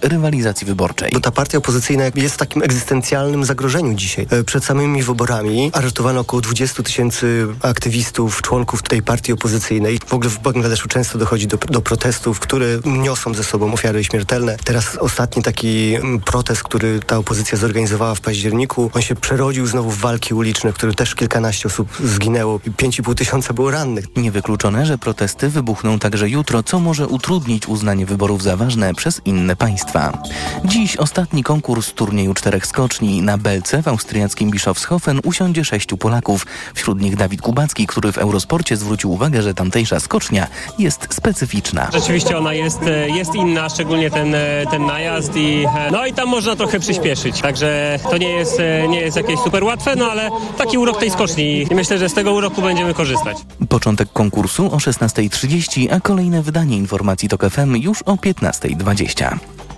rywalizacji wyborczej. Bo ta partia opozycyjna jest w takim egzystencjalnym zagrożeniu dzisiaj. Przed samymi wyborami aresztowano około 20 tysięcy aktywistów, członków tej partii opozycyjnej. W ogóle w Bangladeszu często dochodzi do protestów, które niosą ze sobą ofiary śmiertelne. Teraz ostatni taki protest, który ta opozycja zorganizowała w październiku, on się przerodził znowu w walki uliczne, w których też kilkanaście osób zginęło i 5,5 tysiąca było rannych. Niewykluczone, że protesty wybuchną także jutro, co może utrudnić uznanie wyborów za ważne przez inne państwa. Dziś ostatni konkurs turnieju 4 skoczni. Na belce w austriackim Bischofshofen usiądzie 6 Polaków. Wśród nich Dawid Kubacki, który w Eurosporcie zwrócił uwagę, że tamtejsza skocznia jest specyficzna. Rzeczywiście ona jest inna, szczególnie ten najazd i tam można trochę przyspieszyć. Także to nie jest jakieś super łatwe, ale taki urok tej skoczni i myślę, że z tego uroku będziemy korzystać. Początek konkursu o 16:30, a kolejne wydanie informacji TOK FM już o 15:20.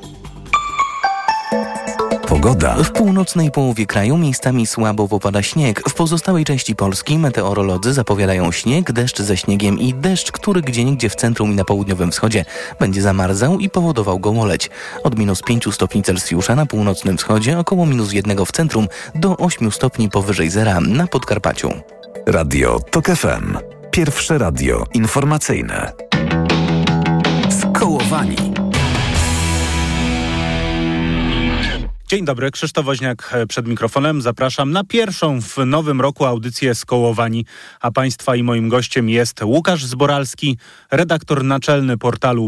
Pogoda. W północnej połowie kraju miejscami słabo popada śnieg. W pozostałej części Polski meteorolodzy zapowiadają śnieg, deszcz ze śniegiem i deszcz, który gdzieniegdzie w centrum i na południowym wschodzie będzie zamarzał i powodował gołoleć. Od -5 stopni Celsjusza na północnym wschodzie, około -1 w centrum, do 8 stopni powyżej zera na Podkarpaciu. Radio TOK FM. Pierwsze radio informacyjne. Skołowani. Dzień dobry, Krzysztof Woźniak przed mikrofonem. Zapraszam na pierwszą w nowym roku audycję Skołowani, a Państwa i moim gościem jest Łukasz Zboralski, redaktor naczelny portalu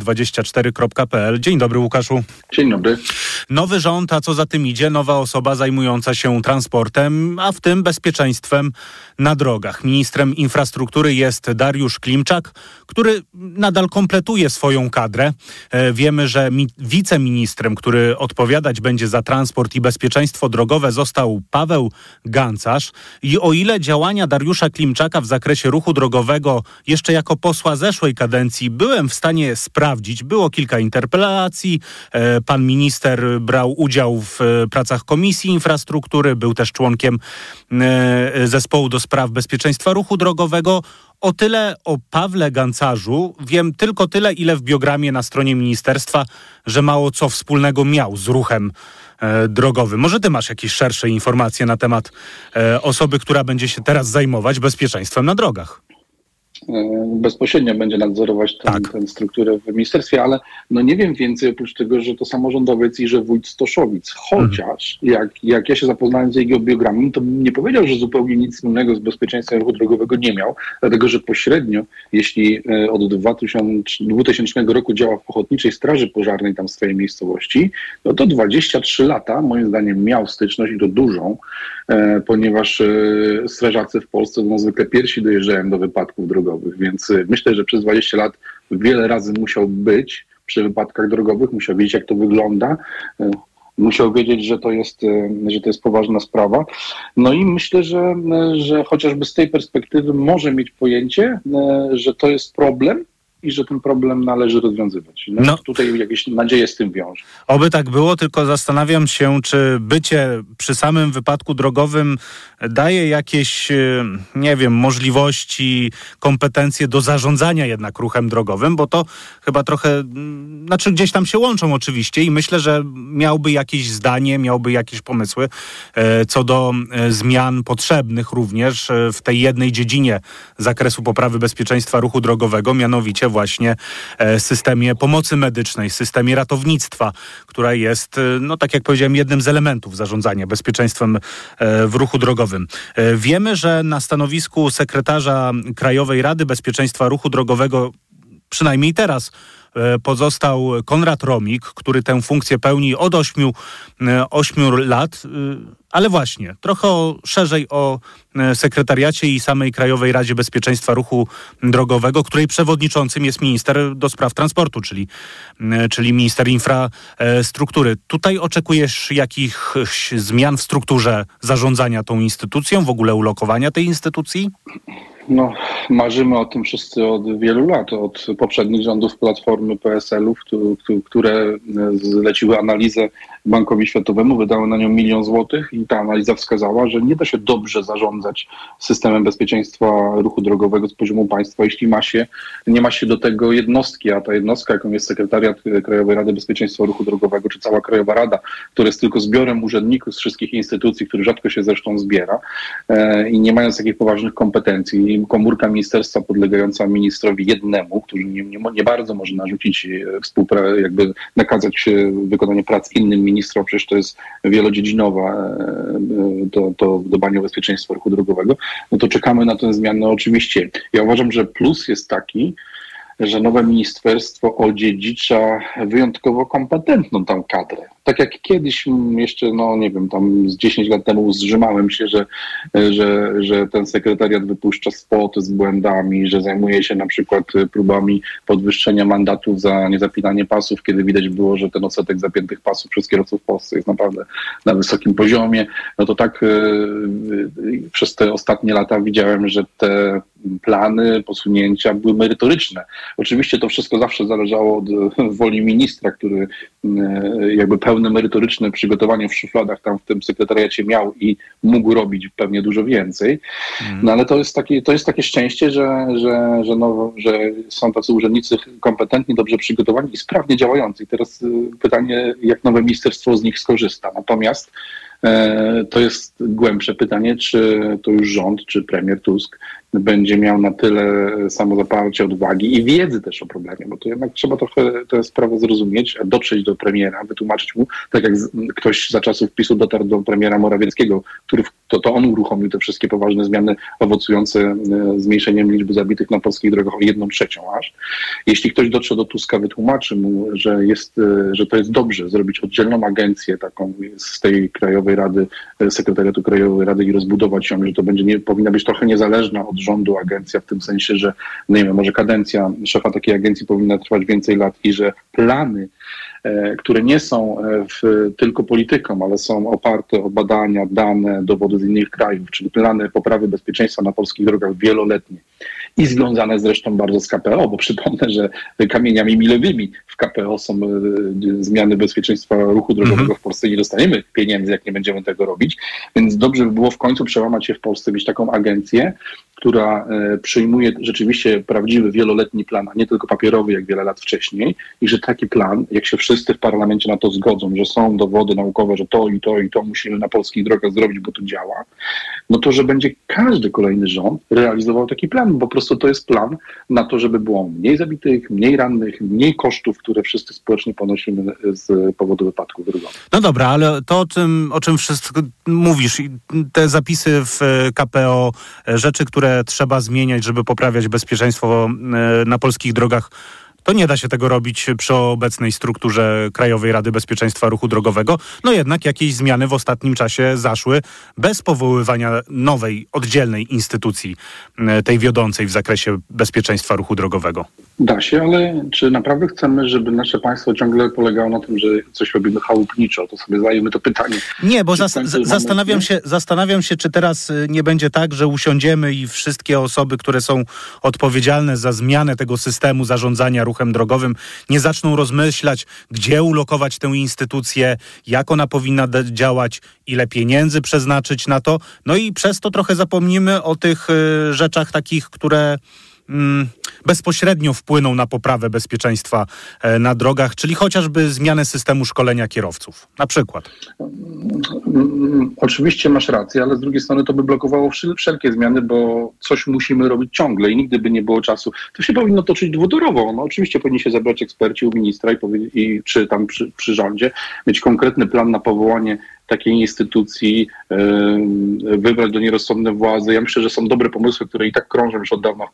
brd24.pl. Dzień dobry, Łukaszu. Dzień dobry. Nowy rząd, a co za tym idzie, nowa osoba zajmująca się transportem, a w tym bezpieczeństwem na drogach. Ministrem infrastruktury jest Dariusz Klimczak, który nadal kompletuje swoją kadrę. Wiemy, że wiceministrem, który odpowiadać będzie za transport i bezpieczeństwo drogowe, został Paweł Gancarz. I o ile działania Dariusza Klimczaka w zakresie ruchu drogowego jeszcze jako posła zeszłej kadencji byłem w stanie sprawdzić, było kilka interpelacji, pan minister brał udział w pracach Komisji Infrastruktury, był też członkiem zespołu do spraw bezpieczeństwa ruchu drogowego. O tyle o Pawle Gancarzu wiem tylko tyle, ile w biogramie na stronie ministerstwa, że mało co wspólnego miał z ruchem drogowym. Może ty masz jakieś szersze informacje na temat osoby, która będzie się teraz zajmować bezpieczeństwem na drogach? Bezpośrednio będzie nadzorować tę strukturę w ministerstwie, ale nie wiem więcej oprócz tego, że to samorządowiec i że wójt Stoszowic. Chociaż jak ja się zapoznałem z jego biogramem, to bym nie powiedział, że zupełnie nic wspólnego z bezpieczeństwem ruchu drogowego nie miał, dlatego że pośrednio, jeśli od 2000 roku działa w Ochotniczej Straży Pożarnej tam w swojej miejscowości, no to 23 lata moim zdaniem miał styczność i to dużą, ponieważ strażacy w Polsce zwykle pierwsi dojeżdżają do wypadków drogowych, więc myślę, że przez 20 lat wiele razy musiał być przy wypadkach drogowych, musiał wiedzieć, jak to wygląda, musiał wiedzieć, że to jest poważna sprawa. No i myślę, że chociażby z tej perspektywy może mieć pojęcie, że to jest problem i że ten problem należy rozwiązywać. Tutaj jakieś nadzieje z tym wiąże. Oby tak było, tylko zastanawiam się, czy bycie przy samym wypadku drogowym daje jakieś, możliwości, kompetencje do zarządzania jednak ruchem drogowym, bo to chyba trochę, gdzieś tam się łączą oczywiście i myślę, że miałby jakieś zdanie, miałby jakieś pomysły co do zmian potrzebnych również w tej jednej dziedzinie zakresu poprawy bezpieczeństwa ruchu drogowego, mianowicie właśnie systemie pomocy medycznej, systemie ratownictwa, która jest, tak jak powiedziałem, jednym z elementów zarządzania bezpieczeństwem w ruchu drogowym. Wiemy, że na stanowisku sekretarza Krajowej Rady Bezpieczeństwa Ruchu Drogowego, przynajmniej teraz, pozostał Konrad Romik, który tę funkcję pełni od 8 lat, ale właśnie trochę szerzej o sekretariacie i samej Krajowej Radzie Bezpieczeństwa Ruchu Drogowego, której przewodniczącym jest minister do spraw transportu, czyli minister infrastruktury. Tutaj oczekujesz jakichś zmian w strukturze zarządzania tą instytucją, w ogóle ulokowania tej instytucji? No, marzymy o tym wszyscy od wielu lat, od poprzednich rządów Platformy, PSL-ów, które zleciły analizę Bankowi Światowemu, wydały na nią 1 000 000 złotych i ta analiza wskazała, że nie da się dobrze zarządzać systemem bezpieczeństwa ruchu drogowego z poziomu państwa, jeśli nie ma się do tego jednostki, a ta jednostka, jaką jest Sekretariat Krajowej Rady Bezpieczeństwa Ruchu Drogowego, czy cała Krajowa Rada, która jest tylko zbiorem urzędników z wszystkich instytucji, który rzadko się zresztą zbiera i nie mając takich poważnych kompetencji, komórka ministerstwa podlegająca ministrowi jednemu, który nie bardzo może narzucić jakby nakazać wykonanie prac innym ministrom, przecież to jest wielodziedzinowa to dbanie o bezpieczeństwo ruchu drogowego, no to czekamy na tę zmianę oczywiście. Ja uważam, że plus jest taki, że nowe ministerstwo odziedzicza wyjątkowo kompetentną tam kadrę. Tak jak kiedyś jeszcze, no nie wiem, tam z 10 lat temu zrzymałem się, że ten sekretariat wypuszcza spoty z błędami, że zajmuje się na przykład próbami podwyższenia mandatów za niezapinanie pasów, kiedy widać było, że ten odsetek zapiętych pasów przez kierowców w Polsce jest naprawdę na wysokim poziomie. No to tak przez te ostatnie lata widziałem, że te plany, posunięcia były merytoryczne. Oczywiście to wszystko zawsze zależało od woli ministra, który jakby pełne merytoryczne przygotowanie w szufladach tam w tym sekretariacie miał i mógł robić pewnie dużo więcej. No ale to jest takie szczęście, że są tacy urzędnicy kompetentni, dobrze przygotowani i sprawnie działający. I teraz pytanie, jak nowe ministerstwo z nich skorzysta. Natomiast to jest głębsze pytanie, czy to już rząd, czy premier Tusk będzie miał na tyle samozaparcia, odwagi i wiedzy też o problemie, bo to jednak trzeba trochę tę sprawę zrozumieć, dotrzeć do premiera, wytłumaczyć mu, tak jak ktoś za czasów PiS-u dotarł do premiera Morawieckiego, który to on uruchomił te wszystkie poważne zmiany owocujące zmniejszeniem liczby zabitych na polskich drogach o 1/3 aż. Jeśli ktoś dotrze do Tuska, wytłumaczy mu, że to jest dobrze zrobić oddzielną agencję taką z tej Krajowej Rady, Sekretariatu Krajowej Rady i rozbudować ją, że to powinna być trochę niezależna od rządu agencja, w tym sensie, że nie wiem, może kadencja szefa takiej agencji powinna trwać więcej lat i że plany, które nie są tylko polityką, ale są oparte o badania, dane, dowody z innych krajów, czyli plany poprawy bezpieczeństwa na polskich drogach wieloletnie i związane zresztą bardzo z KPO, bo przypomnę, że kamieniami milowymi w KPO są zmiany bezpieczeństwa ruchu drogowego w Polsce. Nie dostaniemy pieniędzy, jak nie będziemy tego robić, więc dobrze by było w końcu przełamać się w Polsce, mieć taką agencję, która przyjmuje rzeczywiście prawdziwy, wieloletni plan, a nie tylko papierowy, jak wiele lat wcześniej i że taki plan, jak się wszyscy w parlamencie na to zgodzą, że są dowody naukowe, że to i to i to musimy na polskich drogach zrobić, bo to działa, no to, że będzie każdy kolejny rząd realizował taki plan, bo po prostu to jest plan na to, żeby było mniej zabitych, mniej rannych, mniej kosztów, które wszyscy społecznie ponosimy z powodu wypadków drogowych. No dobra, ale to o czym wszystko mówisz, te zapisy w KPO, rzeczy, które trzeba zmieniać, żeby poprawiać bezpieczeństwo na polskich drogach, to nie da się tego robić przy obecnej strukturze Krajowej Rady Bezpieczeństwa Ruchu Drogowego. No jednak jakieś zmiany w ostatnim czasie zaszły bez powoływania nowej, oddzielnej instytucji, tej wiodącej w zakresie bezpieczeństwa ruchu drogowego. Da się, ale czy naprawdę chcemy, żeby nasze państwo ciągle polegało na tym, że coś robimy chałupniczo? To sobie zadajemy to pytanie. Nie, bo zastanawiam się, czy teraz nie będzie tak, że usiądziemy i wszystkie osoby, które są odpowiedzialne za zmianę tego systemu zarządzania ruchem drogowym, nie zaczną rozmyślać, gdzie ulokować tę instytucję, jak ona powinna działać, ile pieniędzy przeznaczyć na to. No i przez to trochę zapomnimy o tych rzeczach takich, które bezpośrednio wpłyną na poprawę bezpieczeństwa na drogach, czyli chociażby zmianę systemu szkolenia kierowców, na przykład. Oczywiście masz rację, ale z drugiej strony to by blokowało wszelkie zmiany, bo coś musimy robić ciągle i nigdy by nie było czasu. To się powinno toczyć dwutorowo. No, oczywiście powinni się zebrać eksperci u ministra czy tam przy rządzie, mieć konkretny plan na powołanie takiej instytucji, wybrać do niej rozsądne władze. Ja myślę, że są dobre pomysły, które i tak krążą już od dawna w Polsce,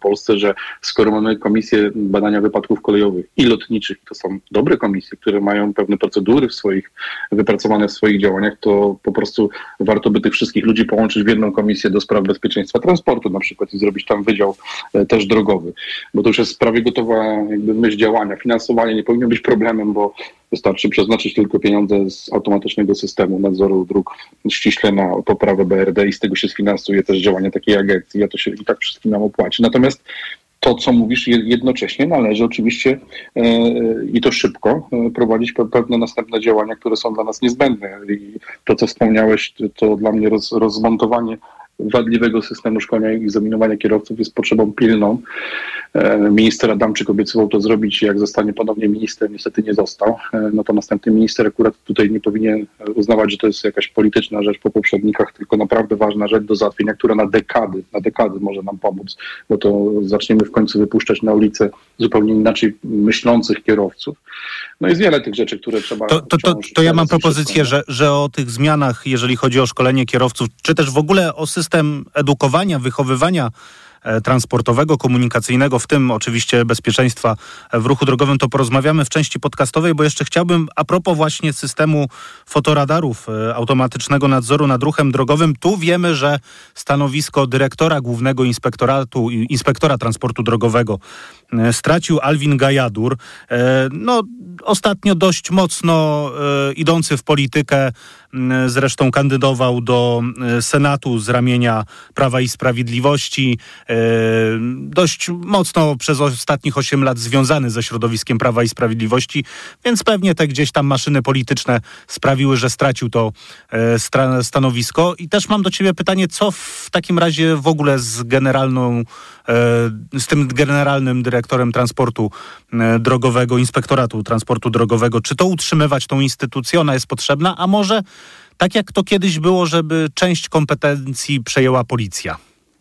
że skoro mamy komisję badania wypadków kolejowych i lotniczych, to są dobre komisje, które mają pewne procedury wypracowane w swoich działaniach, to po prostu warto by tych wszystkich ludzi połączyć w jedną komisję do spraw bezpieczeństwa transportu na przykład i zrobić tam wydział też drogowy, bo to już jest prawie gotowa jakby myśl działania. Finansowanie nie powinno być problemem, bo wystarczy przeznaczyć tylko pieniądze z automatycznego systemu nadzoru dróg ściśle na poprawę BRD i z tego się sfinansuje też działanie takiej agencji, a to się i tak wszystkim nam opłaci. Natomiast to, co mówisz, jednocześnie należy oczywiście i to szybko prowadzić pewne następne działania, które są dla nas niezbędne. I to, co wspomniałeś, to dla mnie rozmontowanie wadliwego systemu szkolenia i egzaminowania kierowców jest potrzebą pilną. Minister Adamczyk obiecywał to zrobić, jak zostanie ponownie ministrem, niestety nie został. No to następny minister akurat tutaj nie powinien uznawać, że to jest jakaś polityczna rzecz po poprzednikach, tylko naprawdę ważna rzecz do załatwienia, która na dekady może nam pomóc, bo to zaczniemy w końcu wypuszczać na ulicę zupełnie inaczej myślących kierowców. No jest wiele tych rzeczy, które trzeba... To ja mam propozycję, że o tych zmianach, jeżeli chodzi o szkolenie kierowców, czy też w ogóle o system edukowania, wychowywania transportowego, komunikacyjnego, w tym oczywiście bezpieczeństwa w ruchu drogowym, to porozmawiamy w części podcastowej, bo jeszcze chciałbym a propos właśnie systemu fotoradarów, automatycznego nadzoru nad ruchem drogowym. Tu wiemy, że stanowisko dyrektora głównego inspektora transportu drogowego stracił Alvin Gajadur. Ostatnio dość mocno idący w politykę, zresztą kandydował do Senatu z ramienia Prawa i Sprawiedliwości. Dość mocno przez ostatnich 8 lat związany ze środowiskiem Prawa i Sprawiedliwości, więc pewnie te gdzieś tam maszyny polityczne sprawiły, że stracił to stanowisko. I też mam do ciebie pytanie, co w takim razie w ogóle z tym generalnym dyrektorem transportu drogowego, Inspektoratu Transportu Drogowego, czy to utrzymywać tą instytucję, ona jest potrzebna, a może tak jak to kiedyś było, żeby część kompetencji przejęła policja?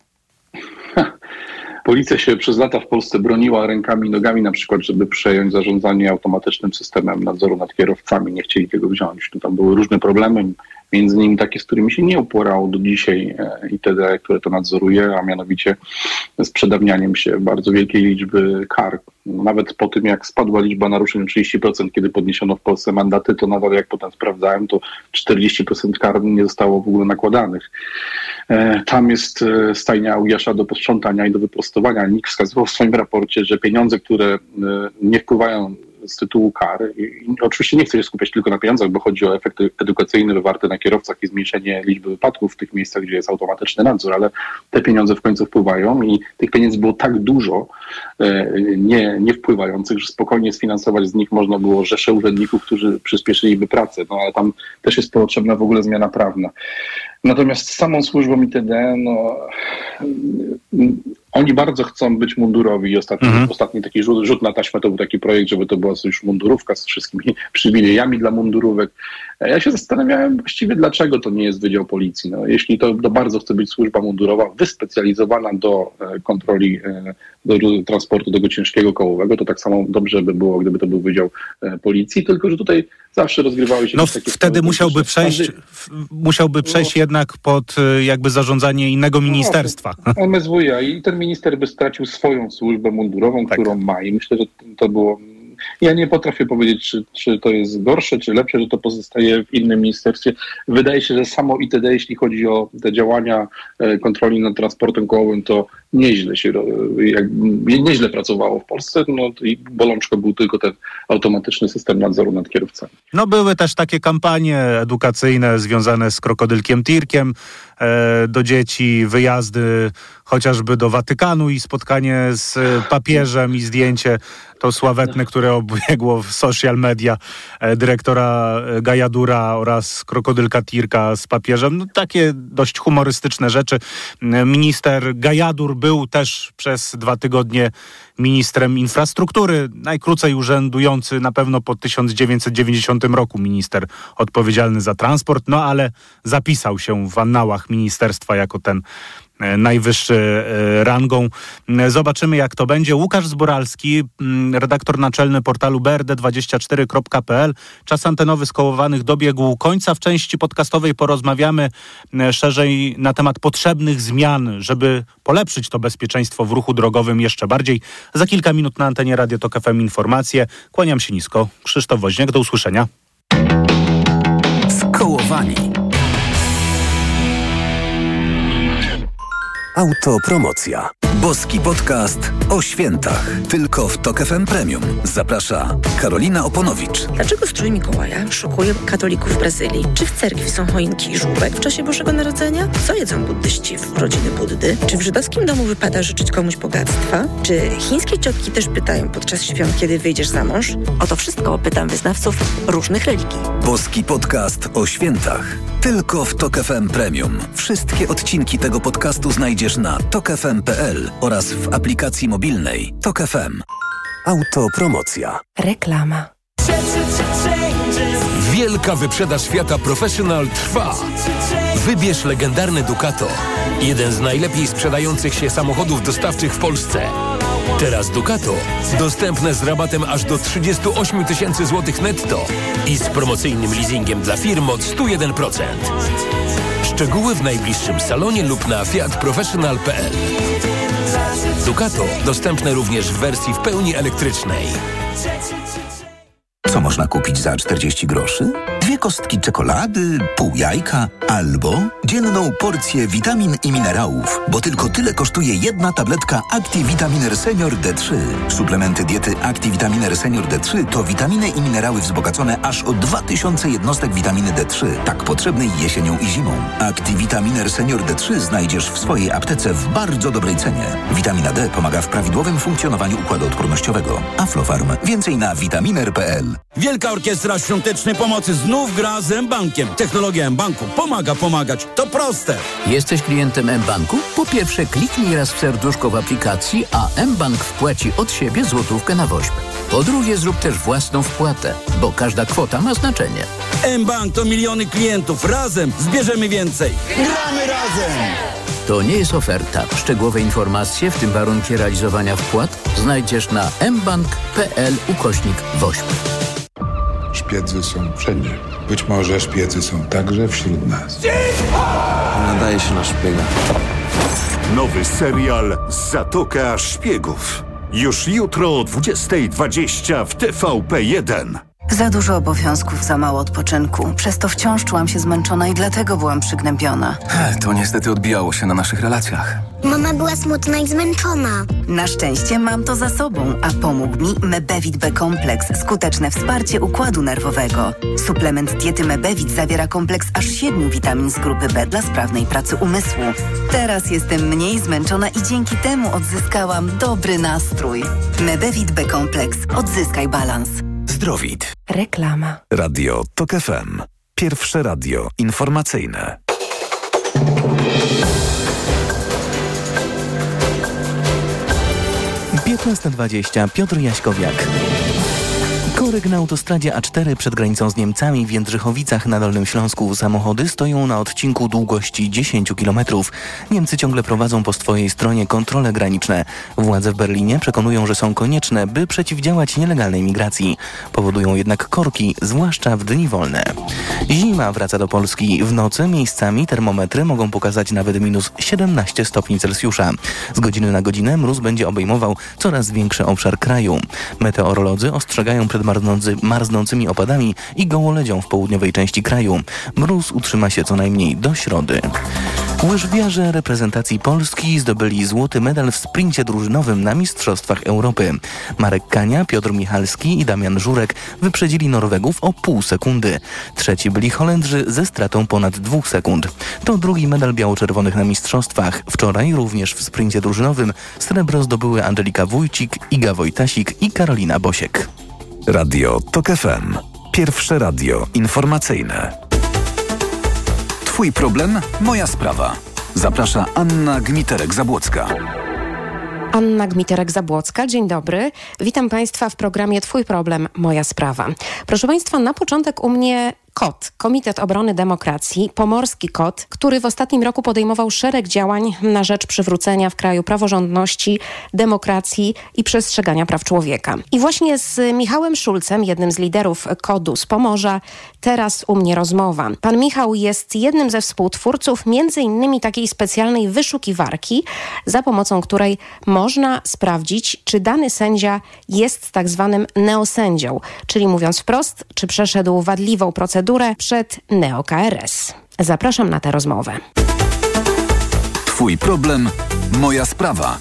Policja się przez lata w Polsce broniła rękami i nogami, na przykład, żeby przejąć zarządzanie automatycznym systemem nadzoru nad kierowcami. Nie chcieli tego wziąć. Tam były różne problemy, między innymi takie, z którymi się nie uporało do dzisiaj ITD, które to nadzoruje, a mianowicie z przedawnianiem się bardzo wielkiej liczby kar. Nawet po tym, jak spadła liczba naruszeń o 30%, kiedy podniesiono w Polsce mandaty, to nadal, jak potem sprawdzałem, to 40% kar nie zostało w ogóle nakładanych. Tam jest stajnia Ujasza do posprzątania i do wyprostowania. NIK wskazywał w swoim raporcie, że pieniądze, które nie wpływają z tytułu kar, i oczywiście nie chcę się skupiać tylko na pieniądzach, bo chodzi o efekt edukacyjny wywarty na kierowcach i zmniejszenie liczby wypadków w tych miejscach, gdzie jest automatyczny nadzór, ale te pieniądze w końcu wpływają i tych pieniędzy było tak dużo nie wpływających, że spokojnie sfinansować z nich można było rzesze urzędników, którzy przyspieszyliby pracę, no ale tam też jest potrzebna w ogóle zmiana prawna. Natomiast z samą służbą ITD, oni bardzo chcą być mundurowi i ostatni taki rzut na taśmę to był taki projekt, żeby to była już mundurówka z wszystkimi przywilejami dla mundurówek. Ja się zastanawiałem właściwie, dlaczego to nie jest Wydział Policji. Jeśli to bardzo chce być służba mundurowa, wyspecjalizowana do kontroli do transportu tego ciężkiego kołowego, to tak samo dobrze by było, gdyby to był Wydział Policji, tylko że tutaj zawsze rozgrywały się takie wtedy musiałby przejść jednak pod jakby zarządzanie innego ministerstwa. MSWiA i ten minister by stracił swoją służbę mundurową, którą ma, i myślę, że to było... Ja nie potrafię powiedzieć, czy to jest gorsze, czy lepsze, że to pozostaje w innym ministerstwie. Wydaje się, że samo ITD, jeśli chodzi o te działania kontroli nad transportem kołowym, to nieźle pracowało w Polsce. I bolączką był tylko ten automatyczny system nadzoru nad kierowcami. Były też takie kampanie edukacyjne związane z krokodylkiem Tirkiem do dzieci, wyjazdy chociażby do Watykanu i spotkanie z papieżem i zdjęcie to sławetne, które obiegło w social media dyrektora Gajadura oraz krokodylka Tirka z papieżem. Takie dość humorystyczne rzeczy. Minister Gajadur był też przez 2 tygodnie ministrem infrastruktury, najkrócej urzędujący na pewno po 1990 roku minister odpowiedzialny za transport, ale zapisał się w annałach ministerstwa jako ten najwyższy rangą. Zobaczymy, jak to będzie. Łukasz Zboralski, redaktor naczelny portalu brd24.pl. Czas antenowy Skołowanych dobiegł końca. W części podcastowej porozmawiamy szerzej na temat potrzebnych zmian, żeby polepszyć to bezpieczeństwo w ruchu drogowym jeszcze bardziej. Za kilka minut na antenie Radio Tok FM informacje. Kłaniam się nisko. Krzysztof Woźniak, do usłyszenia. Skołowani. Autopromocja. Boski podcast o świętach. Tylko w Tok FM Premium. Zaprasza Karolina Oponowicz. Dlaczego strój Mikołaja szokuje katolików w Brazylii? Czy w cerkwi są choinki i żółbek w czasie Bożego Narodzenia? Co jedzą buddyści w urodziny Buddy? Czy w żydowskim domu wypada życzyć komuś bogactwa? Czy chińskie ciotki też pytają podczas świąt, kiedy wyjdziesz za mąż? O to wszystko pytam wyznawców różnych religii. Boski podcast o świętach. Tylko w Tok FM Premium. Wszystkie odcinki tego podcastu znajdziesz na tokfm.pl oraz w aplikacji mobilnej Tok FM. Autopromocja. Reklama. Wielka wyprzedaż Fiata Professional trwa. Wybierz legendarny Ducato. Jeden z najlepiej sprzedających się samochodów dostawczych w Polsce. Teraz Ducato dostępne z rabatem aż do 38 000 złotych netto i z promocyjnym leasingiem dla firm od 101%. Szczegóły w najbliższym salonie lub na fiatprofessional.pl. Ducato dostępne również w wersji w pełni elektrycznej. Co można kupić za 40 groszy? 2 kostki czekolady, pół jajka albo dzienną porcję witamin i minerałów, bo tylko tyle kosztuje jedna tabletka Activitaminer Senior D3. Suplementy diety Activitaminer Senior D3 to witaminy i minerały wzbogacone aż o 2000 jednostek witaminy D3, tak potrzebnej jesienią i zimą. Activitaminer Senior D3 znajdziesz w swojej aptece w bardzo dobrej cenie. Witamina D pomaga w prawidłowym funkcjonowaniu układu odpornościowego. Aflofarm. Więcej na vitaminer.pl. Wielka Orkiestra Świątecznej Pomocy znów gra z mBankiem. Technologia mBanku pomaga pomagać. To proste. Jesteś klientem mBanku? Po pierwsze kliknij raz w serduszko w aplikacji, a mBank wpłaci od siebie złotówkę na woźb. Po drugie zrób też własną wpłatę, bo każda kwota ma znaczenie. mBank to miliony klientów. Razem zbierzemy więcej. Gramy razem! To nie jest oferta. Szczegółowe informacje, w tym warunki realizowania wpłat, znajdziesz na mbank.pl/woźb. Szpiedzy są wszędzie. Być może szpiedzy są także wśród nas. Nadaje się na szpiega. Nowy serial Zatoka Szpiegów. Już jutro o 20:20 w TVP1. Za dużo obowiązków, za mało odpoczynku. Przez to wciąż czułam się zmęczona i dlatego byłam przygnębiona. To niestety odbijało się na naszych relacjach. Mama była smutna i zmęczona. Na szczęście mam to za sobą, a pomógł mi Mebevit B-kompleks. Skuteczne wsparcie układu nerwowego. Suplement diety Mebevit zawiera kompleks aż 7 witamin z grupy B dla sprawnej pracy umysłu. Teraz jestem mniej zmęczona i dzięki temu odzyskałam dobry nastrój. Mebevit B-kompleks. Odzyskaj balans. Zdrowit. Reklama. Radio Tok FM. Pierwsze radio informacyjne. (15:20) Piotr Jaśkowiak. Korek na autostradzie A4 przed granicą z Niemcami w Jędrzychowicach na Dolnym Śląsku. Samochody stoją na odcinku długości 10 km. Niemcy ciągle prowadzą po swojej stronie kontrole graniczne. Władze w Berlinie przekonują, że są konieczne, by przeciwdziałać nielegalnej migracji. Powodują jednak korki, zwłaszcza w dni wolne. Zima wraca do Polski. W nocy miejscami termometry mogą pokazać nawet minus 17 stopni Celsjusza. Z godziny na godzinę mróz będzie obejmował coraz większy obszar kraju. Meteorolodzy ostrzegają przed marznącymi opadami i gołoledzią w południowej części kraju. Mróz utrzyma się co najmniej do środy. Łyżwiarze reprezentacji Polski zdobyli złoty medal w sprincie drużynowym na Mistrzostwach Europy. Marek Kania, Piotr Michalski i Damian Żurek wyprzedzili Norwegów o pół sekundy. Trzeci byli Holendrzy ze stratą ponad 2 sekund. To drugi medal biało-czerwonych na Mistrzostwach. Wczoraj również w sprincie drużynowym srebro zdobyły Angelika Wójcik, Iga Wojtasik i Karolina Bosiek. Radio Tok FM. Pierwsze radio informacyjne. Twój problem, moja sprawa. Zaprasza Anna Gmiterek-Zabłocka. Anna Gmiterek-Zabłocka, dzień dobry. Witam Państwa w programie Twój problem, moja sprawa. Proszę Państwa, na początek u mnie KOT, Komitet Obrony Demokracji, Pomorski KOT, który w ostatnim roku podejmował szereg działań na rzecz przywrócenia w kraju praworządności, demokracji i przestrzegania praw człowieka. I właśnie z Michałem Szulcem, jednym z liderów KOD-u z Pomorza, teraz u mnie rozmowa. Pan Michał jest jednym ze współtwórców między innymi takiej specjalnej wyszukiwarki, za pomocą której można sprawdzić, czy dany sędzia jest tak zwanym neosędzią, czyli mówiąc wprost, czy przeszedł wadliwą procedurę przed neo-KRS. Zapraszam na tę rozmowę. Twój problem, moja sprawa.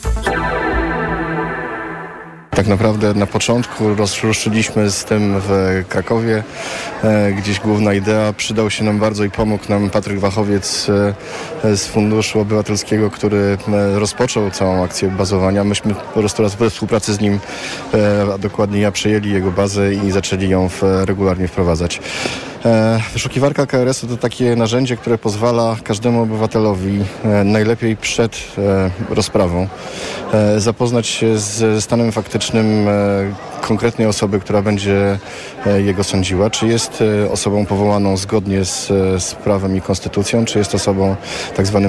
Tak naprawdę na początku ruszyliśmy z tym w Krakowie. Gdzieś główna idea, przydał się nam bardzo i pomógł nam Patryk Wachowiec z Funduszu Obywatelskiego, który rozpoczął całą akcję bazowania. Myśmy po prostu we współpracy z nim, a dokładnie ja, przejęli jego bazę i zaczęli ją regularnie wprowadzać. Wyszukiwarka KRS-u to takie narzędzie, które pozwala każdemu obywatelowi najlepiej przed rozprawą zapoznać się ze stanem faktycznym konkretnej osoby, która będzie jego sądziła. Czy jest osobą powołaną zgodnie z prawem i konstytucją, czy jest osobą tak zwanym